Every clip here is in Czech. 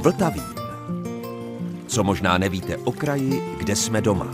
Vltavín. Co možná nevíte o kraji, kde jsme doma.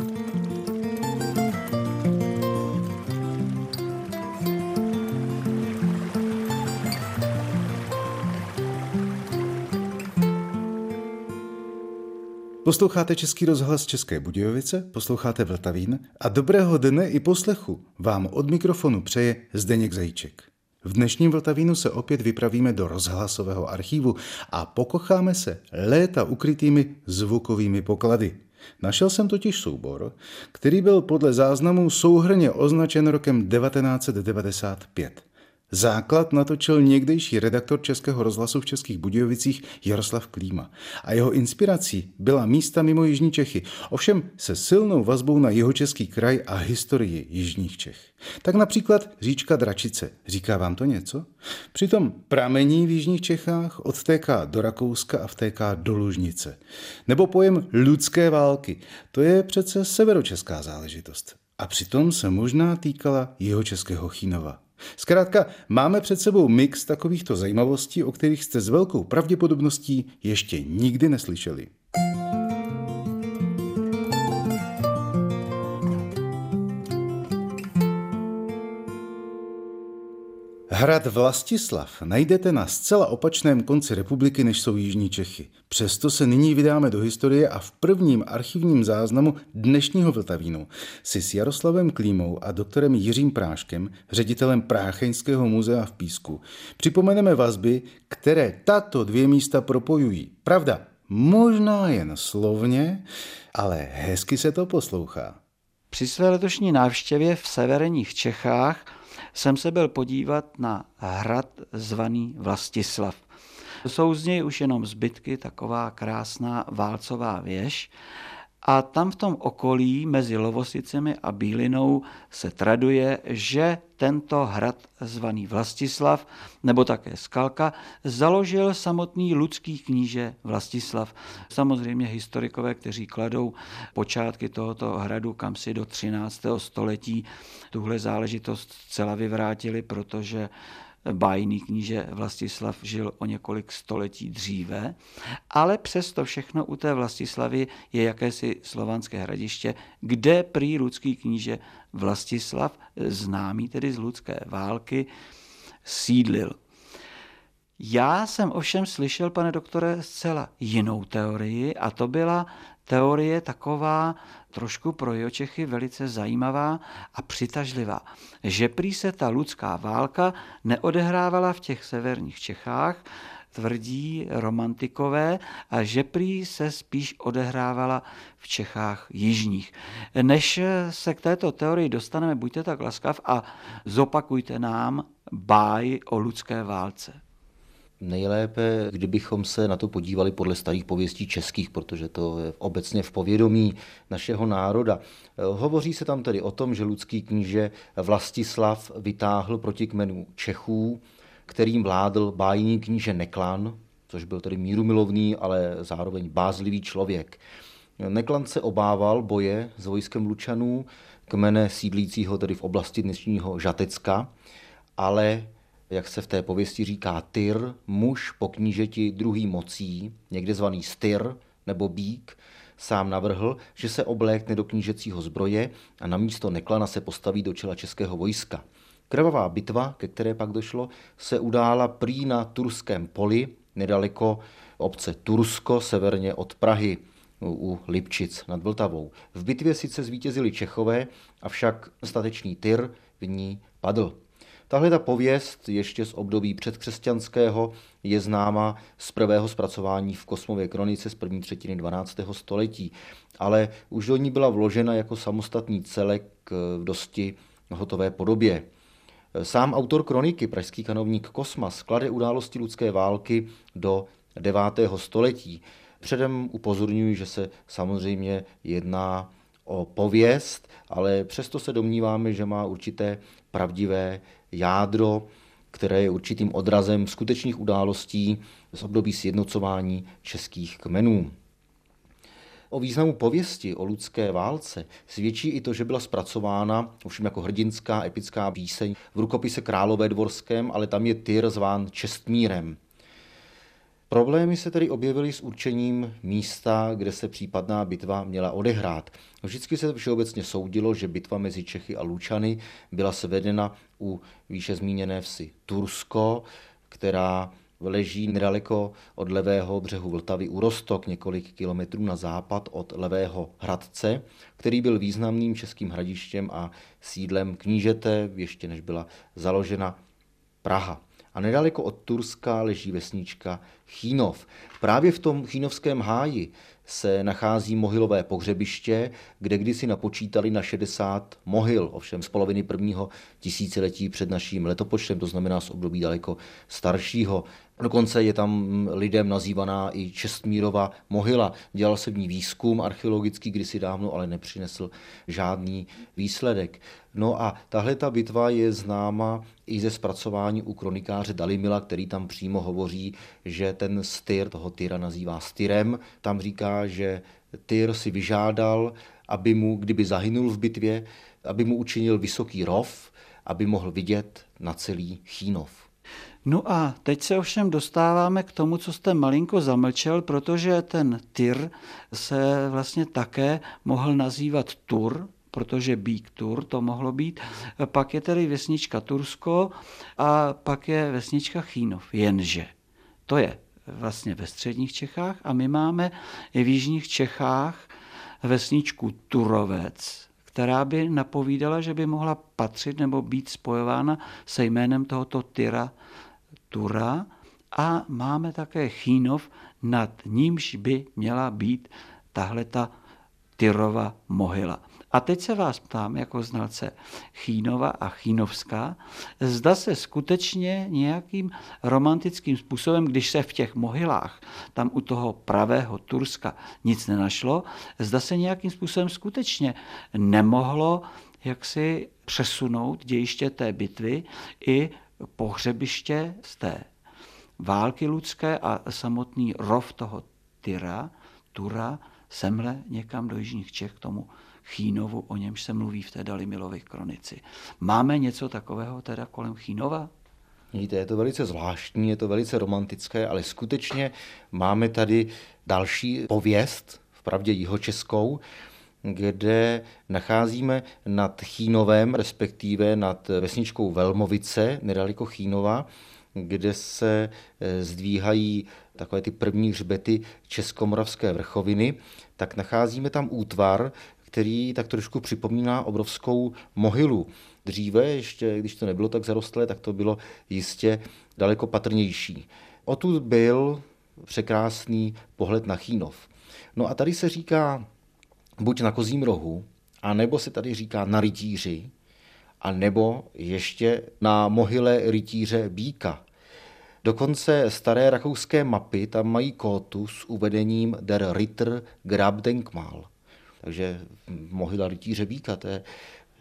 Posloucháte Český rozhlas České Budějovice, posloucháte Vltavín a dobrého dne i poslechu vám od mikrofonu přeje Zdeněk Zajíček. V dnešním Vltavínu se opět vypravíme do rozhlasového archívu a pokocháme se léta ukrytými zvukovými poklady. Našel jsem totiž soubor, který byl podle záznamů souhrnně označen rokem 1995. Základ natočil někdejší redaktor Českého rozhlasu v Českých Budějovicích Jaroslav Klíma a jeho inspirací byla místa mimo jižní Čechy, ovšem se silnou vazbou na jihočeský kraj a historii jižních Čech. Tak například říčka Dračice. Říká vám to něco? Přitom pramení v jižních Čechách, odtéká do Rakouska a vtéká do Lužnice. Nebo pojem Ludské války. To je přece severočeská záležitost. A přitom se možná týkala jihočeského Chýnova. Zkrátka, máme před sebou mix takovýchto zajímavostí, o kterých jste s velkou pravděpodobností ještě nikdy neslyšeli. Hrad Vlastislav najdete na zcela opačném konci republiky, než jsou jižní Čechy. Přesto se nyní vydáme do historie a v prvním archivním záznamu dnešního Vltavínu si s Jaroslavem Klímou a doktorem Jiřím Práškem, ředitelem Prácheňského muzea v Písku, připomeneme vazby, které tato dvě místa propojují. Pravda, možná jen slovně, ale hezky se to poslouchá. Při své letošní návštěvě v severních Čechách jsem se byl podívat na hrad zvaný Vlastislav. Jsou z něj už jenom zbytky, taková krásná válcová věž. A tam v tom okolí mezi Lovosicemi a Bílinou se traduje, že tento hrad zvaný Vlastislav, nebo také Skalka, založil samotný ludský kníže Vlastislav. Samozřejmě historikové, kteří kladou počátky tohoto hradu kamsi do 13. století, tuhle záležitost zcela vyvrátili, protože bájný kníže Vlastislav žil o několik století dříve, ale přesto všechno u té Vlastislavy je jakési slovanské hradiště, kde prý ludský kníže Vlastislav, známý tedy z Ludské války, sídlil. Já jsem ovšem slyšel, pane doktore, zcela jinou teorii a to byla teorie taková trošku pro Jihočechy velice zajímavá a přitažlivá, že prý se ta Ludská válka neodehrávala v těch severních Čechách, tvrdí romantikové, a že prý se spíš odehrávala v Čechách jižních. Než se k této teorii dostaneme, buďte tak laskav a zopakujte nám báj o Ludské válce. Nejlépe, kdybychom se na to podívali podle starých pověstí českých, protože to je obecně v povědomí našeho národa. Hovoří se tam tedy o tom, že ludský kníže Vlastislav vytáhl proti kmenu Čechů, kterým vládl bájný kníže Neklan, což byl tedy mírumilovný, ale zároveň bázlivý člověk. Neklan se obával boje s vojskem Lučanů, kmene sídlícího tedy v oblasti dnešního Žatecka, ale jak se v té pověsti říká Tyr, muž po knížeti druhý mocí, někde zvaný Styr nebo Bík, sám navrhl, že se oblékne do knížecího zbroje a namísto Neklana se postaví do čela českého vojska. Krvavá bitva, ke které pak došlo, se udála prý na Turském poli, nedaleko obce Tursko, severně od Prahy, u Lipčic nad Vltavou. V bitvě sice zvítězili Čechové, avšak statečný Tyr v ní padl. Tahle ta pověst ještě z období předkřesťanského je známa z prvého zpracování v Kosmově kronice z první třetiny 12. století, ale už do ní byla vložena jako samostatný celek v dosti hotové podobě. Sám autor kroniky, pražský kanovník Kosmas, klade události Ludské války do 9. století. Předem upozorňuji, že se samozřejmě jedná o pověst, ale přesto se domníváme, že má určité pravdivé jádro, které je určitým odrazem skutečných událostí z období sjednocování českých kmenů. O významu pověsti o Ludské válce svědčí i to, že byla zpracována ovšem jako hrdinská epická píseň v rukopise Královédvorském, ale tam je Tyr zván Čestmírem. Problémy se tedy objevily s určením místa, kde se případná bitva měla odehrát. Vždycky se všeobecně soudilo, že bitva mezi Čechy a Lučany byla svedena u výše zmíněné vsi Tursko, která leží nedaleko od levého břehu Vltavy u Roztok, několik kilometrů na západ od Levého Hradce, který byl významným českým hradištěm a sídlem knížete, ještě než byla založena Praha. A nedaleko od Turska leží vesnička Chýnov. Právě v tom Chýnovském háji se nachází mohylové pohřebiště, kde kdysi napočítali na 60 mohyl, ovšem z poloviny prvního tisíciletí před naším letopočtem, to znamená z období daleko staršího. Dokonce je tam lidem nazývaná i Čestmírova mohyla. Dělal se v ní výzkum archeologický kdysi dávno, ale nepřinesl žádný výsledek. No a tahle ta bitva je známa i ze zpracování u kronikáře Dalymila, který tam přímo hovoří, že ten styr, toho Tyra nazývá styrem, tam říká, že Tyr si vyžádal, aby mu, kdyby zahynul v bitvě, aby mu učinil vysoký rov, aby mohl vidět na celý Chýnov. No a teď se ovšem dostáváme k tomu, co jste malinko zamlčel, protože ten Tyr se vlastně také mohl nazývat Tur, protože Bík Tur to mohlo být. Pak je tedy vesnička Tursko a pak je vesnička Chýnov. Jenže to je vlastně ve středních Čechách a my máme i v jižních Čechách vesničku Turovec, která by napovídala, že by mohla patřit nebo být spojována se jménem tohoto Tyra, Tura, a máme také Chýnov, nad nímž by měla být tahleta Tyrova mohyla. A teď se vás ptám jako znalce Chýnova a Chýnovská, zda se skutečně nějakým romantickým způsobem, když se v těch mohylách, tam u toho pravého Turska nic nenašlo, zda se nějakým způsobem skutečně nemohlo jaksi přesunout dějiště té bitvy i pohřebiště z té války ludské a samotný rov toho Tura, semhle někam do jižních Čech k tomu Chýnovu, o němž se mluví v té Dalymilově kronici. Máme něco takového teda kolem Chýnova? Víte, je to velice zvláštní, je to velice romantické, ale skutečně máme tady další pověst, vpravdě jihočeskou, kde nacházíme nad Chýnovem, respektive nad vesničkou Velmovice, nedaleko Chýnova, kde se zdvíhají takové ty první hřbety Českomoravské vrchoviny, tak nacházíme tam útvar, který tak trošku připomíná obrovskou mohylu. Dříve, ještě když to nebylo tak zarostlé, tak to bylo jistě daleko patrnější. Odtud byl překrásný pohled na Chýnov. No a tady se říká buď na Kozím rohu, anebo se tady říká na rytíři, anebo ještě na mohyle rytíře Bíka. Dokonce staré rakouské mapy tam mají kótu s uvedením Der Ritter Grabdenkmal. Takže mohyla rytíře Bíka, to je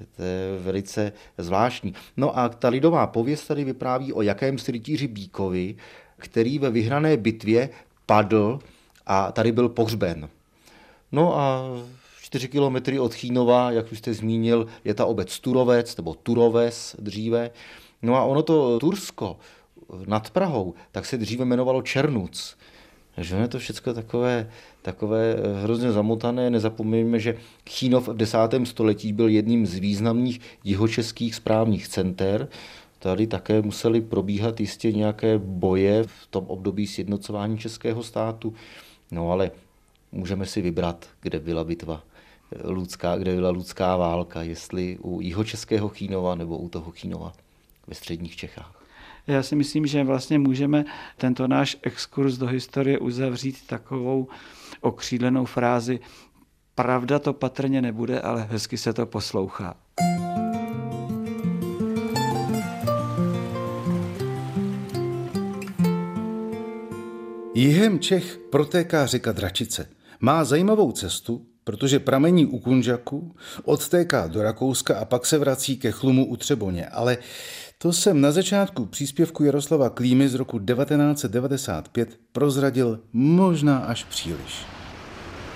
velice zvláštní. No a ta lidová pověst tady vypráví o jakémsi rytíři Bíkovi, který ve vyhrané bitvě padl a tady byl pohřben. No a 4 kilometry od Chýnova, jak už jste zmínil, je ta obec Turovec, nebo Turoves dříve. No a ono to Tursko nad Prahou, tak se dříve jmenovalo Černuc. Takže je to všechno takové hrozně zamotané. Nezapomeňme, že Chýnov v 10. století byl jedním z významných jihočeských správních center. Tady také musely probíhat jistě nějaké boje v tom období sjednocování českého státu. No ale můžeme si vybrat, kde byla bitva ludská, kde byla ludská válka, jestli u jihočeského Chýnova nebo u toho Chýnova ve středních Čechách. Já si myslím, že vlastně můžeme tento náš exkurs do historie uzavřít takovou okřídlenou frázi: pravda to patrně nebude, ale hezky se to poslouchá. Jihem Čech protéká řeka Dračice. Má zajímavou cestu, protože pramení u Kunžaku, odtéká do Rakouska a pak se vrací ke Chlumu u Třeboně. Ale to jsem na začátku příspěvku Jaroslava Klímy z roku 1995 prozradil možná až příliš.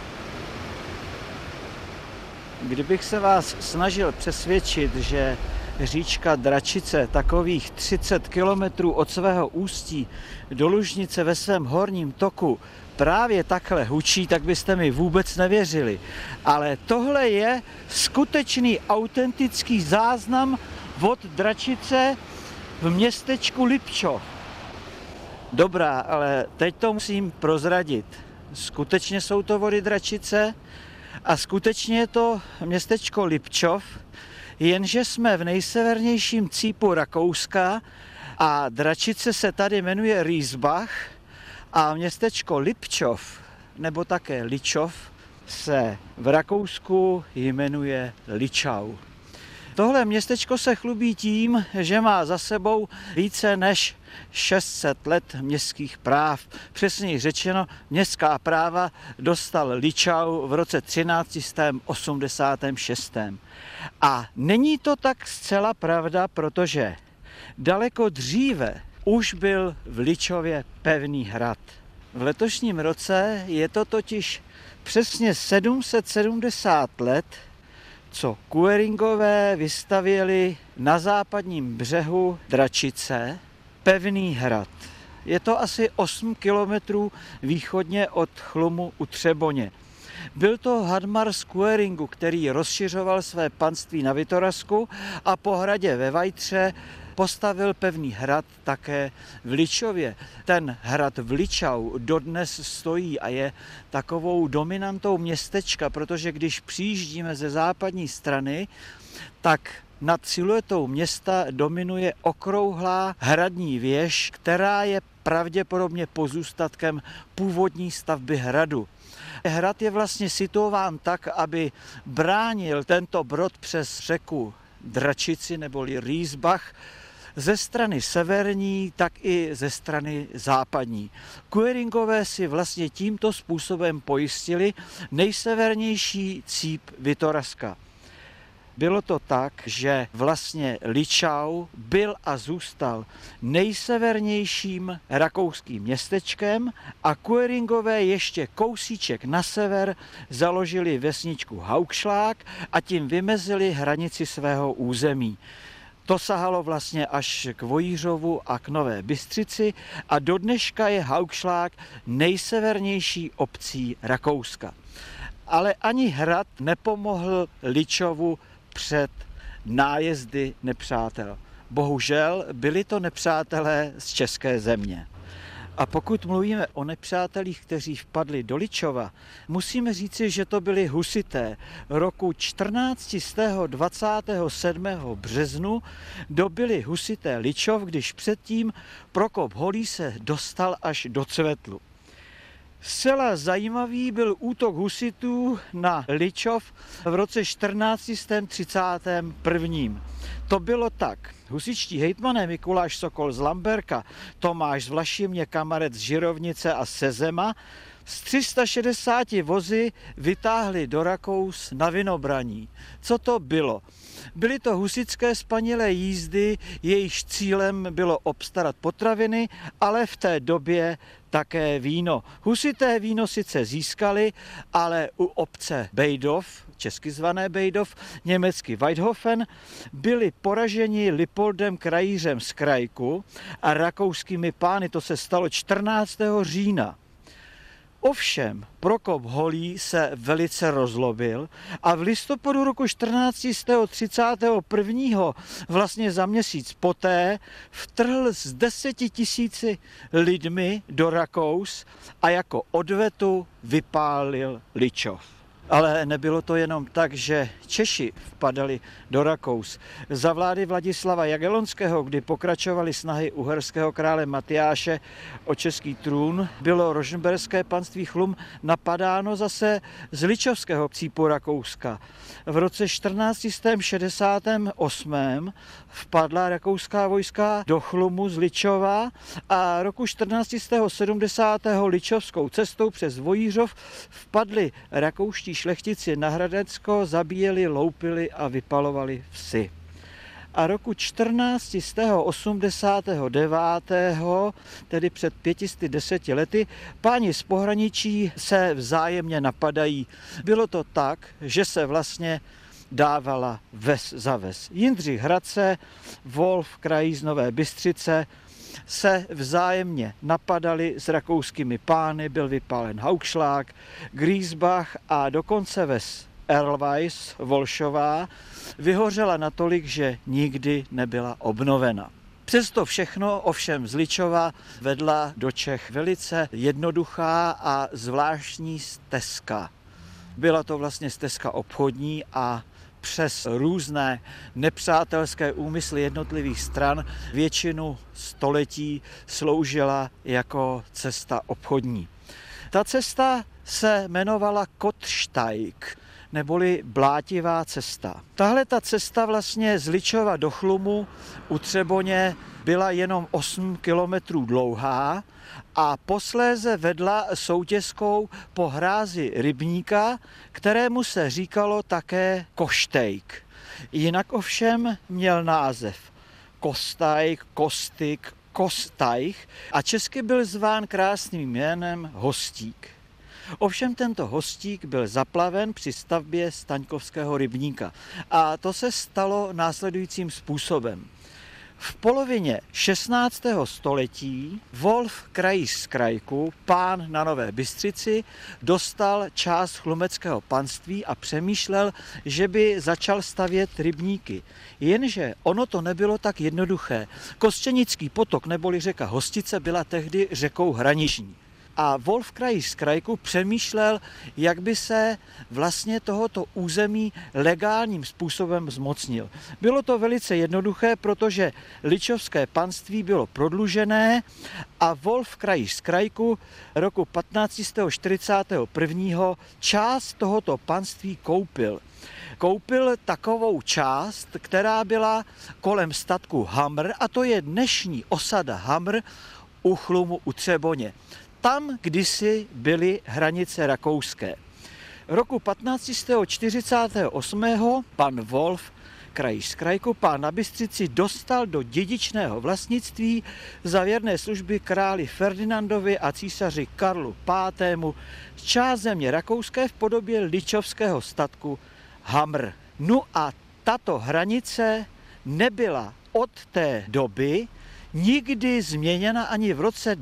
Kdybych se vás snažil přesvědčit, že říčka Dračice takových 30 kilometrů od svého ústí do Lužnice ve svém horním toku právě takhle hučí, tak byste mi vůbec nevěřili. Ale tohle je skutečný autentický záznam vod Dračice v městečku Lipčov. Dobrá, ale teď to musím prozradit. Skutečně jsou to vody Dračice a skutečně je to městečko Lipčov, jenže jsme v nejsevernějším cípu Rakouska a Dračice se tady jmenuje Riesbach a městečko Lipčov, nebo také Ličov, se v Rakousku jmenuje Ličau. Tohle městečko se chlubí tím, že má za sebou více než 600 let městských práv. Přesněji řečeno, městská práva dostal Ličau v roce 1386. A není to tak zcela pravda, protože daleko dříve už byl v Ličově pevný hrad. V letošním roce je to totiž přesně 770 let, co Kueringové vystavěli na západním břehu Dračice pevný hrad. Je to asi 8 kilometrů východně od Chlumu u Třeboně. Byl to Hadmar z Kueringu, který rozšiřoval své panství na Vitorasku a po hradě ve Vajtře postavil pevný hrad také v Ličově. Ten hrad v Ličau dodnes stojí a je takovou dominantou městečka, protože když přijíždíme ze západní strany, tak nad siluetou města dominuje okrouhlá hradní věž, která je pravděpodobně pozůstatkem původní stavby hradu. Hrad je vlastně situován tak, aby bránil tento brod přes řeku Dračici neboli Riesbach ze strany severní, tak i ze strany západní. Kueringové si vlastně tímto způsobem pojistili nejsevernější cíp Vitoraska. Bylo to tak, že vlastně Ličau byl a zůstal nejsevernějším rakouským městečkem a Kueringové ještě kousíček na sever založili vesničku Haugschlag a tím vymezili hranici svého území. To sahalo vlastně až k Vojířovu a k Nové Bystřici a do dneška je Haugschlag nejsevernější obcí Rakouska. Ale ani hrad nepomohl Ličovu před nájezdy nepřátel. Bohužel byli to nepřátelé z české země. A pokud mluvíme o nepřátelích, kteří vpadli do Ličova, musíme říci, že to byli husité. Roku 1427. březnu dobili husité Ličov, když předtím Prokop Holý se dostal až do Cvetlu. Zcela zajímavý byl útok husitů na Ličov v roce 1431. To bylo tak. Husičtí hejtmané Mikuláš Sokol z Lamberka, Tomáš z Vlašimě, Kamarec z Žirovnice a Sezema z 360 vozy vytáhli do Rakous na vinobraní. Co to bylo? Byly to husitské spanilé jízdy, jejichž cílem bylo obstarat potraviny, ale v té době také víno. Husité víno sice získali, ale u obce Bejdov, česky zvané Bejdov, německy Weidhofen, byli poraženi Lipoldem Krajířem z Krajku a rakouskými pány. To se stalo 14. října. Ovšem Prokop Holý se velice rozlobil a v listopadu roku 1431. vlastně za měsíc poté vtrhl s 10 000 lidmi do Rakous a jako odvetu vypálil Ličov. Ale nebylo to jenom tak, že Češi vpadali do Rakous. Za vlády Vladislava Jagellonského, kdy pokračovaly snahy uherského krále Matyáše o český trůn, bylo rožmberské panství Chlum napadáno zase z ličovského cípu Rakouska. V roce 1468. vpadla rakouská vojska do Chlumu z Ličova a roku 1470. ličovskou cestou přes Vojířov vpadli rakouští šlechtici na Hradecko, zabíjeli, loupili a vypalovali vsi. A roku 1489., tedy před 510 lety, páni z pohraničí se vzájemně napadají. Bylo to tak, že se vlastně dávala ves za ves. Jindřich Hradce, Wolf krají z Nové Bystřice se vzájemně napadali s rakouskými pány, byl vypálen Haugschlag, Griesbach a dokonce ves Erlweis, Volšová, vyhořela natolik, že nikdy nebyla obnovena. Přesto všechno ovšem z Ličova vedla do Čech velice jednoduchá a zvláštní stezka. Byla to vlastně stezka obchodní a přes různé nepřátelské úmysly jednotlivých stran většinu století sloužila jako cesta obchodní. Ta cesta se jmenovala Kotsteig, neboli Blátivá cesta. Tahle ta cesta vlastně z Ličova do Chlumu u Třeboně byla jenom 8 kilometrů dlouhá a posléze vedla soutězkou po hrázi rybníka, kterému se říkalo také Koštejk. Jinak ovšem měl název Kostajk, Kostyk, Kostajch a česky byl zván krásným jménem Hostík. Ovšem tento Hostík byl zaplaven při stavbě Staňkovského rybníka a to se stalo následujícím způsobem. V polovině 16. století Wolf krajíř z Krajku, pán na Nové Bystřici, dostal část chlumeckého panství a přemýšlel, že by začal stavět rybníky. Jenže ono to nebylo tak jednoduché. Kostěnický potok neboli řeka Hostice byla tehdy řekou hraniční. A Wolf krajíř z Krajku přemýšlel, jak by se vlastně tohoto území legálním způsobem zmocnil. Bylo to velice jednoduché, protože ličovské panství bylo prodlužené a Wolf krajíř z Krajku roku 1541. část tohoto panství koupil. Koupil takovou část, která byla kolem statku Hamr, a to je dnešní osada Hamr u Chlumu u Třeboně. Tam kdysi byly hranice rakouské. Roku 1548. pan Wolf, krajíř z Krajku, pán na Bystřici, dostal do dědičného vlastnictví za věrné služby králi Ferdinandovi a císaři Karlu V. část země rakouské v podobě ličovského statku Hamr. No a tato hranice nebyla od té doby nikdy změněna ani v roce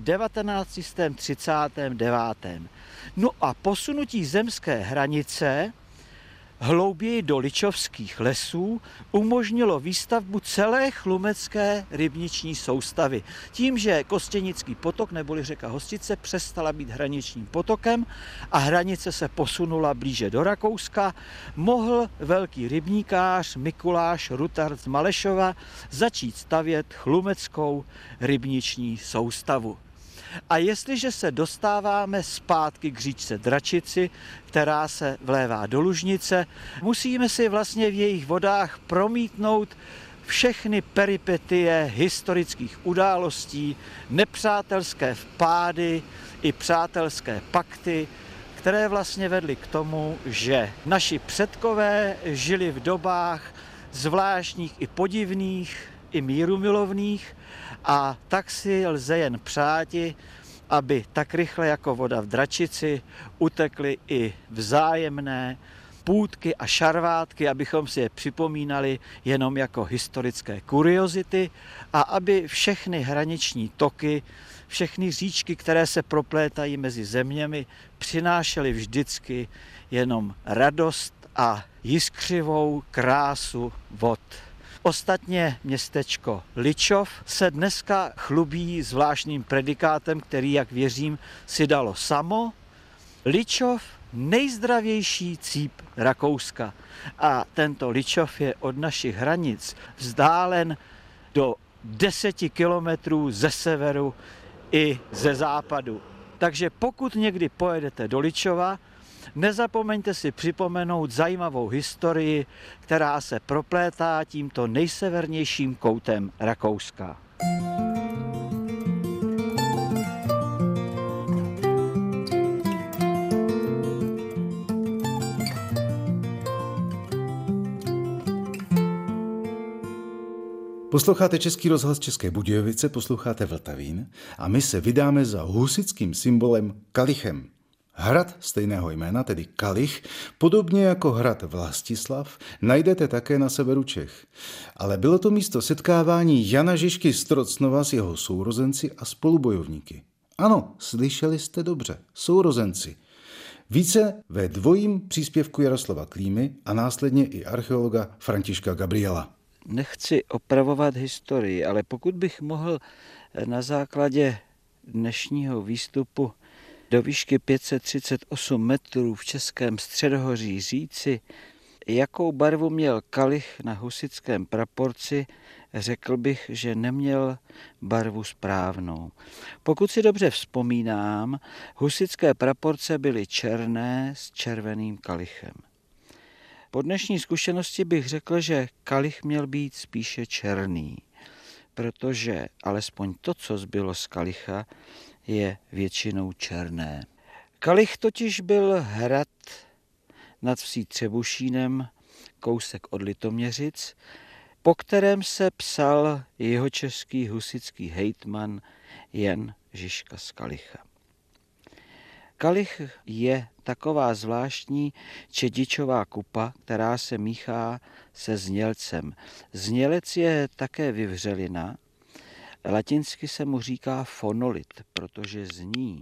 1939. No a posunutí zemské hranice hlouběji do ličovských lesů umožnilo výstavbu celé chlumecké rybniční soustavy. Tím, že Kostěnický potok neboli řeka Hostice přestala být hraničním potokem a hranice se posunula blíže do Rakouska, mohl velký rybníkář Mikuláš Rutard z Malešova začít stavět chlumeckou rybniční soustavu. A jestliže se dostáváme zpátky k říčce Dračici, která se vlévá do Lužnice, musíme si vlastně v jejich vodách promítnout všechny peripetie historických událostí, nepřátelské vpády i přátelské pakty, které vlastně vedly k tomu, že naši předkové žili v dobách zvláštních i podivných, i mírumilovných, a tak si lze jen přáti, aby tak rychle jako voda v Dračici utekly i vzájemné půtky a šarvátky, abychom si je připomínali jenom jako historické kuriozity a aby všechny hraniční toky, všechny říčky, které se proplétají mezi zeměmi, přinášely vždycky jenom radost a jiskřivou krásu vod. Ostatně městečko Ličov se dneska chlubí zvláštním predikátem, který, jak věřím, si dalo samo. Ličov, nejzdravější cíp Rakouska. A tento Ličov je od našich hranic vzdálen do 10 kilometrů ze severu i ze západu. Takže pokud někdy pojedete do Ličova, nezapomeňte si připomenout zajímavou historii, která se proplétá tímto nejsevernějším koutem Rakouska. Posloucháte Český rozhlas České Budějovice, posloucháte Vltavín a my se vydáme za husitským symbolem kalichem. Hrad stejného jména, tedy Kalich, podobně jako hrad Vlastislav, najdete také na severu Čech. Ale bylo to místo setkávání Jana Žižky z Trocnova s jeho sourozenci a spolubojovníky. Ano, slyšeli jste dobře, sourozenci. Více ve dvojím příspěvku Jaroslava Klímy a následně i archeologa Františka Gabriela. Nechci opravovat historii, ale pokud bych mohl na základě dnešního výstupu do výšky 538 metrů v Českém středohoří říci, jakou barvu měl kalich na husitském praporci, řekl bych, že neměl barvu správnou. Pokud si dobře vzpomínám, husitské praporce byly černé s červeným kalichem. Po dnešní zkušenosti bych řekl, že kalich měl být spíše černý, protože alespoň to, co zbylo z kalicha, je většinou černé. Kalich totiž byl hrad nad vsí Třebušínem, kousek od Litoměřic, po kterém se psal jihočeský husitský hejtman Jan Žižka z Kalicha. Kalich je taková zvláštní čedičová kupa, která se míchá se znělcem. Znělec je také vyvřelina, latinsky se mu říká fonolit, protože zní.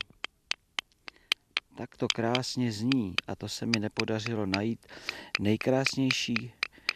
Tak to krásně zní a to se mi nepodařilo najít nejkrásnější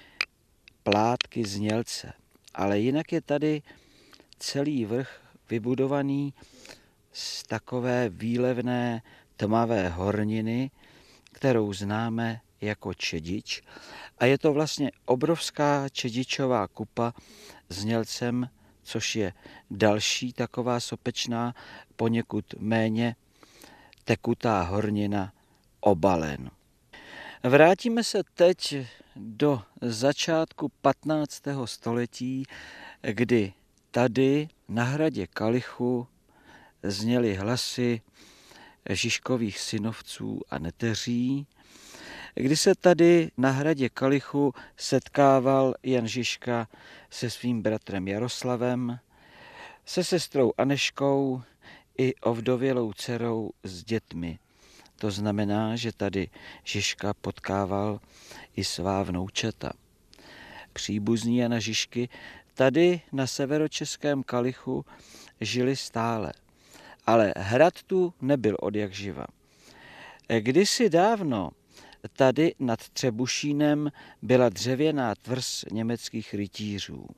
plátky znělce. Ale jinak je tady celý vrch vybudovaný z takové výlevné tmavé horniny, kterou známe jako čedič. A je to vlastně obrovská čedičová kupa znělcem, což je další taková sopečná, poněkud méně tekutá hornina obalen. Vrátíme se teď do začátku 15. století, kdy tady na hradě Kalichu zněly hlasy Žižkových synovců a neteří, kdy se tady na hradě Kalichu setkával Jan Žižka se svým bratrem Jaroslavem, se sestrou Aneškou i ovdovělou dcerou s dětmi. To znamená, že tady Žižka potkával i svá vnoučata. Příbuzní Jana Žižky tady na severočeském Kalichu žili stále, ale hrad tu nebyl odjakživa. Kdysi dávno tady nad Třebušínem byla dřevěná tvrz německých rytířů.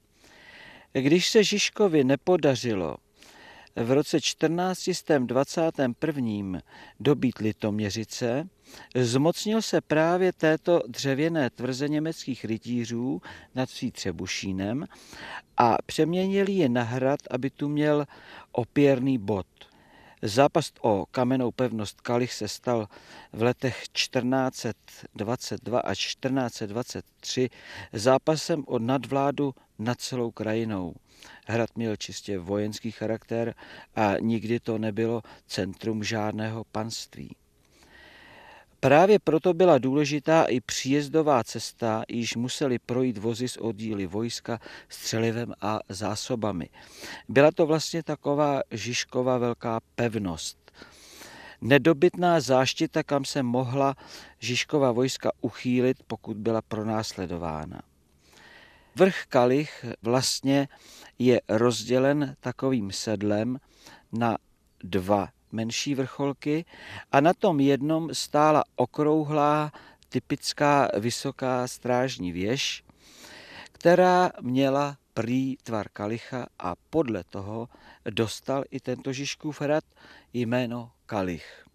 Když se Žižkovi nepodařilo v roce 1421 dobít Litoměřice, zmocnil se právě této dřevěné tvrze německých rytířů nad vsí Třebušínem a přeměnili je na hrad, aby tu měl opěrný bod. Zápas o kamennou pevnost Kalich se stal v letech 1422 až 1423 zápasem o nadvládu nad celou krajinou. Hrad měl čistě vojenský charakter a nikdy to nebylo centrum žádného panství. Právě proto byla důležitá i příjezdová cesta, již museli projít vozy s oddíly vojska, střelivem a zásobami. Byla to vlastně taková Žižkova velká pevnost. Nedobytná záštita, kam se mohla Žižkova vojska uchýlit, pokud byla pronásledována. Vrch Kalich vlastně je rozdělen takovým sedlem na dva menší vrcholky a na tom jednom stála okrouhlá, typická vysoká strážní věž, která měla prý tvar Kalicha a podle toho dostal i tento Žižkův hrad jméno Kalich.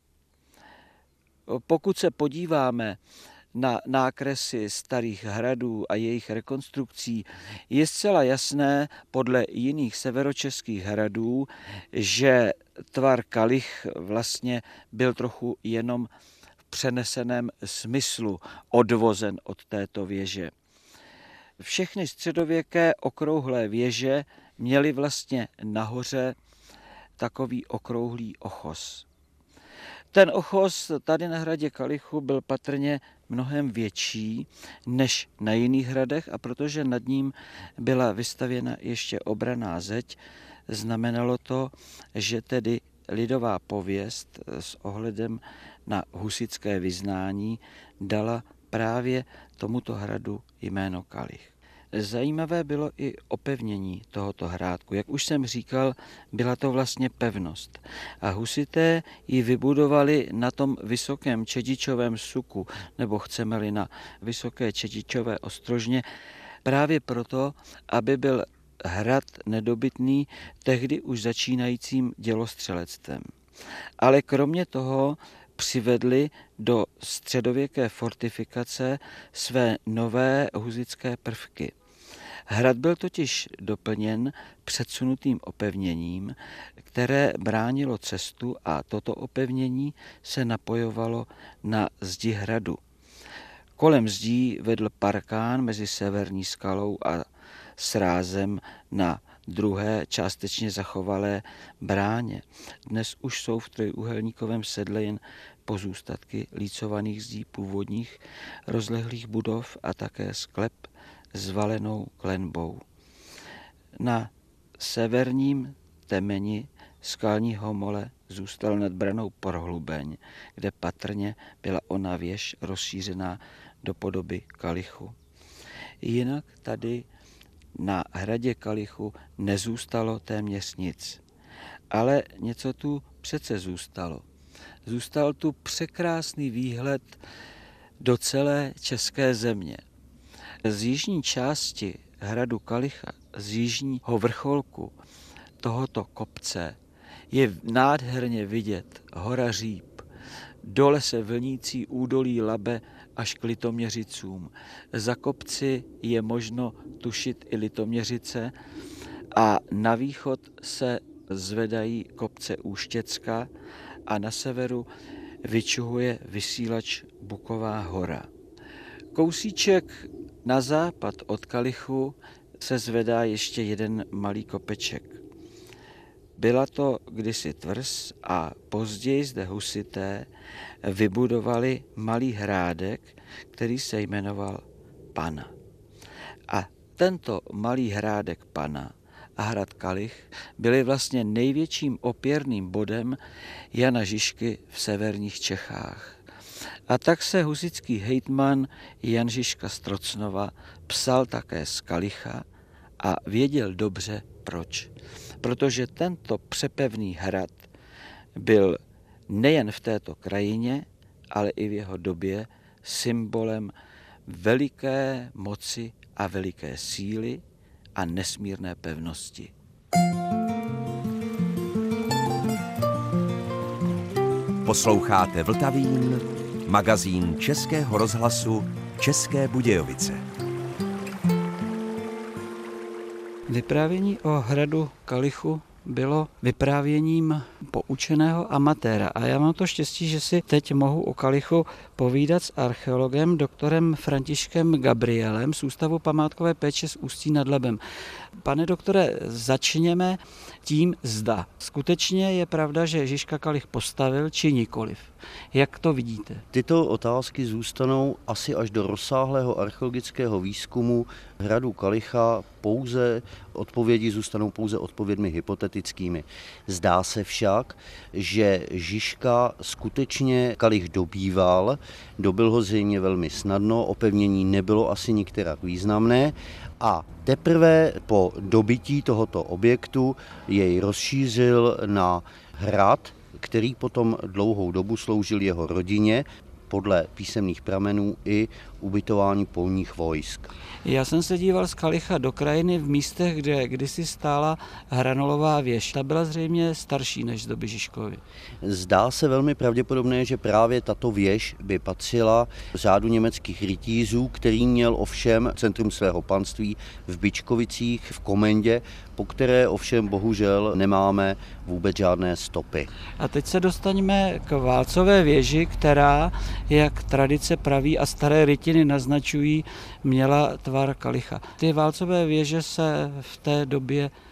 Pokud se podíváme na nákresy starých hradů a jejich rekonstrukcí, je zcela jasné podle jiných severočeských hradů, že tvar Kalich vlastně byl trochu jenom v přeneseném smyslu odvozen od této věže. Všechny středověké okrouhlé věže měly vlastně nahoře takový okrouhlý ochos. Ten ochos tady na hradě Kalichu byl patrně mnohem větší než na jiných hradech a protože nad ním byla vystavěna ještě obranná zeď, znamenalo to, že tedy lidová pověst s ohledem na husitské vyznání dala právě tomuto hradu jméno Kalich. Zajímavé bylo i opevnění tohoto hrádku. Jak už jsem říkal, byla to vlastně pevnost. A husité ji vybudovali na tom vysokém Čedičovém suku, nebo chceme-li na vysoké Čedičové ostrožně, právě proto, aby byl hrad nedobytný tehdy už začínajícím dělostřelectvem. Ale kromě toho přivedli do středověké fortifikace své nové husitské prvky. Hrad byl totiž doplněn předsunutým opevněním, které bránilo cestu, a toto opevnění se napojovalo na zdi hradu. Kolem zdí vedl parkán mezi severní skalou a srázem na druhé částečně zachovalé bráně. Dnes už jsou v trojúhelníkovém sedle jen pozůstatky lícovaných zdí původních rozlehlých budov a také sklep s valenou klenbou. Na severním temeni skalního mole zůstal nad branou prohlubeň, kde patrně byla ona věž rozšířená do podoby kalichu. Jinak tady na hradě Kalichu nezůstalo téměř nic. Ale něco tu přece zůstalo. Zůstal tu překrásný výhled do celé české země. Z jižní části hradu Kalicha, z jižního vrcholku tohoto kopce, je nádherně vidět hora Říp, dole se vlnící údolí Labe až k Litoměřicům. Za kopci je možno tušit i Litoměřice a na východ se zvedají kopce Úštěcka a na severu vyčuhuje vysílač Buková hora. Kousíček na západ od Kalichu se zvedá ještě jeden malý kopeček. Byla to kdysi tvrz a později zde husité vybudovali malý hrádek, který se jmenoval Pana. A tento malý hrádek Pana a hrad Kalich byly vlastně největším opěrným bodem Jana Žižky v severních Čechách. A tak se husitský hejtman Jan Žižka z Trocnova psal také z Kalicha a věděl dobře proč. Protože tento přepevný hrad byl nejen v této krajině, ale i v jeho době symbolem veliké moci a veliké síly a nesmírné pevnosti. Posloucháte Vltavín, magazín Českého rozhlasu České Budějovice. Vyprávění o hradu Kalichu bylo vyprávěním poučeného amatéra a já mám to štěstí, že si teď mohu o Kalichu povídat s archeologem doktorem Františkem Gabrielem z Ústavu památkové péče z Ústí nad Labem. Pane doktore, začněme tím, zda skutečně je pravda, že Žižka Kalich postavil, či nikoliv. Jak to vidíte? Tyto otázky zůstanou asi až do rozsáhlého archeologického výzkumu hradu Kalicha odpovědi zůstanou pouze odpovědmi hypotetickými. Zdá se však, že Žižka skutečně Kalich dobýval, dobyl ho zřejmě velmi snadno, opevnění nebylo asi nikterak významné a teprve po dobytí tohoto objektu jej rozšířil na hrad, který potom dlouhou dobu sloužil jeho rodině, podle písemných pramenů i ubytování polních vojsk. Já jsem se díval z Kalicha do krajiny v místech, kde kdysi stála hranolová věž. Ta byla zřejmě starší než z doby Žižkovy. Zdá se velmi pravděpodobné, že právě tato věž by patřila řádu německých rytířů, který měl ovšem centrum svého panství v Byčkovicích v Komendě, po které ovšem bohužel nemáme vůbec žádné stopy. A teď se dostaňme k válcové věži, která, jak tradice praví a staré rytiny naznačují, měla tvar Kalicha. Ty válcové věže se v té době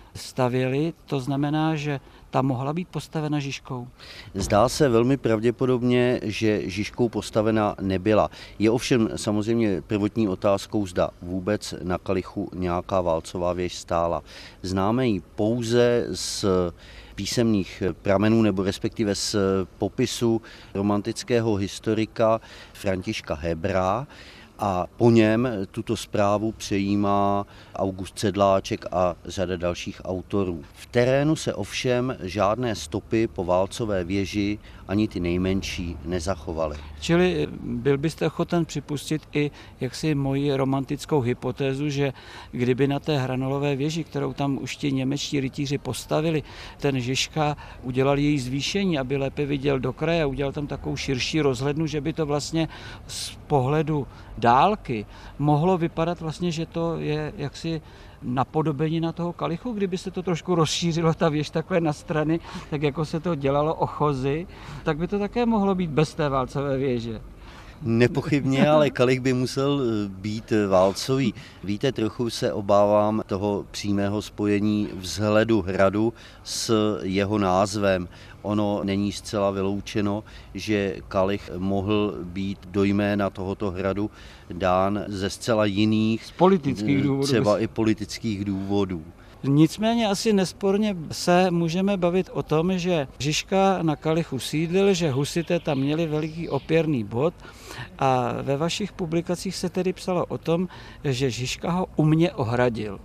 stavěli, to znamená, že ta mohla být postavena Žižkou? Zdá se velmi pravděpodobně, že Žižkou postavena nebyla. Je ovšem samozřejmě prvotní otázkou, zda vůbec na Kalichu nějaká válcová věž stála. Známe ji pouze z písemných pramenů nebo respektive z popisu romantického historika Františka Hebra, a po něm tuto zprávu přejímá August Sedláček a řada dalších autorů. V terénu se ovšem žádné stopy po válcové věži, ani ty nejmenší, nezachovaly. Čili byl byste ochoten připustit i jaksi moji romantickou hypotézu, že kdyby na té hranolové věži, kterou tam už ti němečtí rytíři postavili, ten Žižka udělal její zvýšení, aby lépe viděl do kraje, udělal tam takovou širší rozhlednu, že by to vlastně z pohledu dálky mohlo vypadat vlastně, že to je jaksi napodobení na toho Kalichu, kdyby se to trošku rozšířilo, ta věž takhle na strany, tak jako se to dělalo o Chozy, tak by to také mohlo být bez té válcové věže. Nepochybně, ale Kalich by musel být válcový. Víte, trochu se obávám toho přímého spojení vzhledu hradu s jeho názvem. Ono není zcela vyloučeno, že Kalich mohl být do jména tohoto hradu dán ze zcela jiných, z politických důvodů. Třeba i politických důvodů. Nicméně asi nesporně se můžeme bavit o tom, že Žižka na Kalichu sídlil, že husité tam měli veliký opěrný bod a ve vašich publikacích se tedy psalo o tom, že Žižka ho umně ohradil.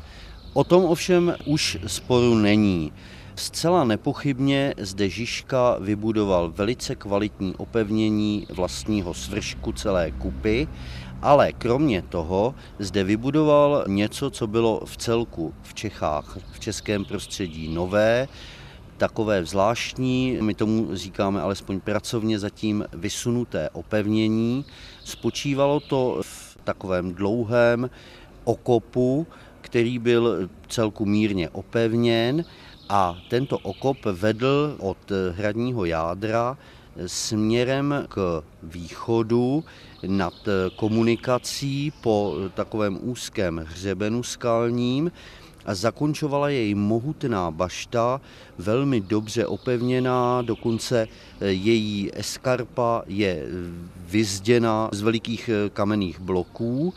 O tom ovšem už sporu není. Zcela nepochybně zde Žižka vybudoval velice kvalitní opevnění vlastního svršku celé kupy, ale kromě toho zde vybudoval něco, co bylo v celku v Čechách, v českém prostředí nové, takové zvláštní, my tomu říkáme alespoň pracovně zatím vysunuté opevnění. Spočívalo to v takovém dlouhém okopu, který byl celku mírně opevněn, a tento okop vedl od hradního jádra směrem k východu nad komunikací po takovém úzkém hřebenu skalním a zakončovala jej mohutná bašta, velmi dobře opevněná, dokonce její eskarpa je vyzděna z velikých kamenných bloků.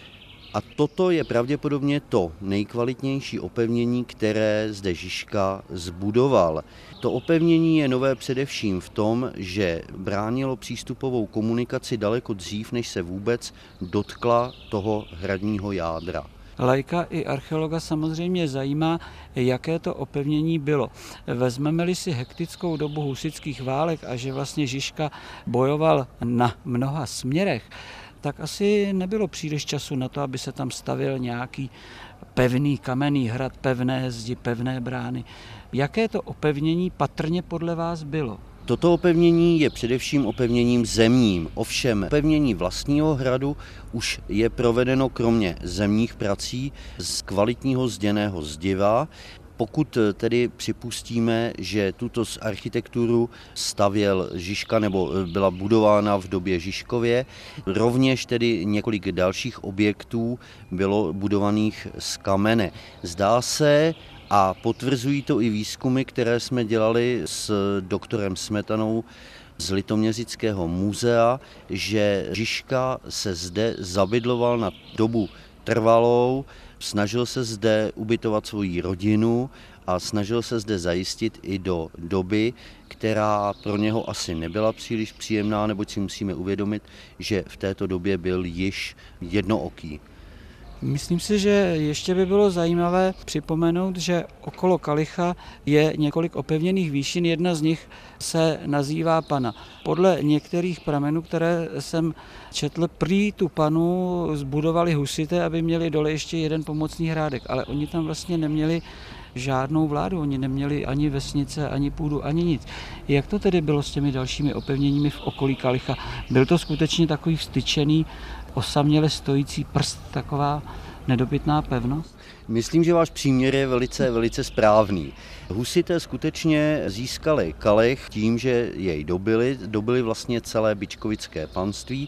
A toto je pravděpodobně to nejkvalitnější opevnění, které zde Žižka zbudoval. To opevnění je nové především v tom, že bránilo přístupovou komunikaci daleko dřív, než se vůbec dotkla toho hradního jádra. Laika i archeologa samozřejmě zajímá, jaké to opevnění bylo. Vezmeme-li si hektickou dobu husitských válek a že vlastně Žižka bojoval na mnoha směrech, tak asi nebylo příliš času na to, aby se tam stavěl nějaký pevný kamenný hrad, pevné zdi, pevné brány. Jaké to opevnění patrně podle vás bylo? Toto opevnění je především opevněním zemním. Ovšem opevnění vlastního hradu už je provedeno kromě zemních prací z kvalitního zděného zdiva. Pokud tedy připustíme, že tuto architekturu stavěl Žižka nebo byla budována v době Žižkově, rovněž tedy několik dalších objektů bylo budovaných z kamene. Zdá se, a potvrzují to i výzkumy, které jsme dělali s doktorem Smetanou z Litoměřického muzea, že Žižka se zde zabydloval na dobu trvalou, snažil se zde ubytovat svoji rodinu a snažil se zde zajistit i do doby, která pro něho asi nebyla příliš příjemná, neboť si musíme uvědomit, že v této době byl již jednooký. Myslím si, že ještě by bylo zajímavé připomenout, že okolo Kalicha je několik opevněných výšin, jedna z nich se nazývá Pana. Podle některých pramenů, které jsem četl, prý tu Panu zbudovali husité, aby měli dole ještě jeden pomocný hrádek, ale oni tam vlastně neměli žádnou vládu, oni neměli ani vesnice, ani půdu, ani nic. Jak to tedy bylo s těmi dalšími opevněními v okolí Kalicha? Byl to skutečně takový vstyčený, osaměle stojící prst, taková nedobytná pevnost? Myslím, že váš příměr je velice správný. Husité skutečně získali Kalich tím, že jej dobili vlastně celé byčkovické panství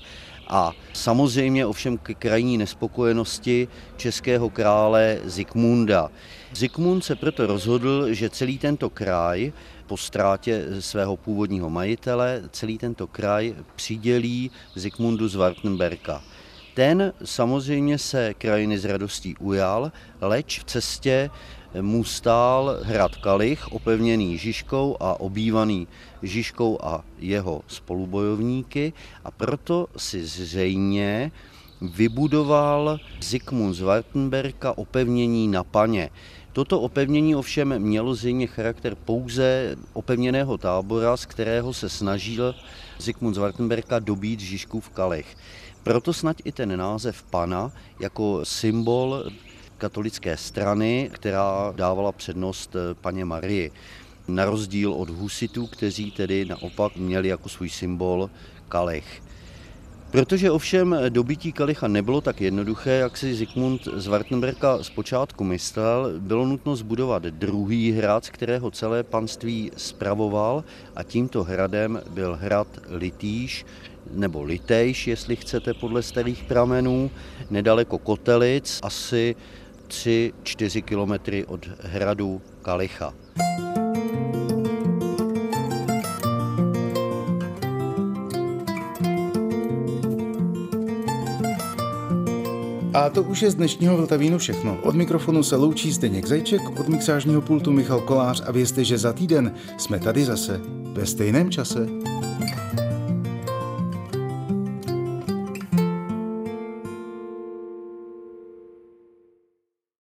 A samozřejmě ovšem k krajní nespokojenosti českého krále Zikmunda. Zikmund se proto rozhodl, že celý tento kraj po ztrátě svého původního majitele, celý tento kraj přidělí Zikmundu z Wartenberka. Ten samozřejmě se krajiny s radostí ujal, leč v cestě mu stál hrad Kalich, opevněný Žižkou a obývaný Žižkou a jeho spolubojovníky, a proto si zřejmě vybudoval Zikmund z Wartenberka opevnění na Paně. Toto opevnění ovšem mělo zřejmě charakter pouze opevněného tábora, z kterého se snažil Zikmund z Wartenberka dobít Žižkův Kalich. Proto snad i ten název Pana jako symbol katolické strany, která dávala přednost Panně Marii. Na rozdíl od husitů, kteří tedy naopak měli jako svůj symbol kalich. Protože ovšem dobytí kalicha nebylo tak jednoduché, jak si Zikmund z Wartenberka zpočátku myslel, bylo nutno zbudovat druhý hrad, kterého celé panství spravoval, a tímto hradem byl hrad Litýš, nebo Litejš, jestli chcete podle starých pramenů, nedaleko Kotelic, asi 3-4 kilometry od hradu Kalicha. A to už je z dnešního Vltavínu všechno. Od mikrofonu se loučí Zdeněk Zajíček, od mixážního pultu Michal Kolář a vězte, že za týden jsme tady zase ve stejném čase.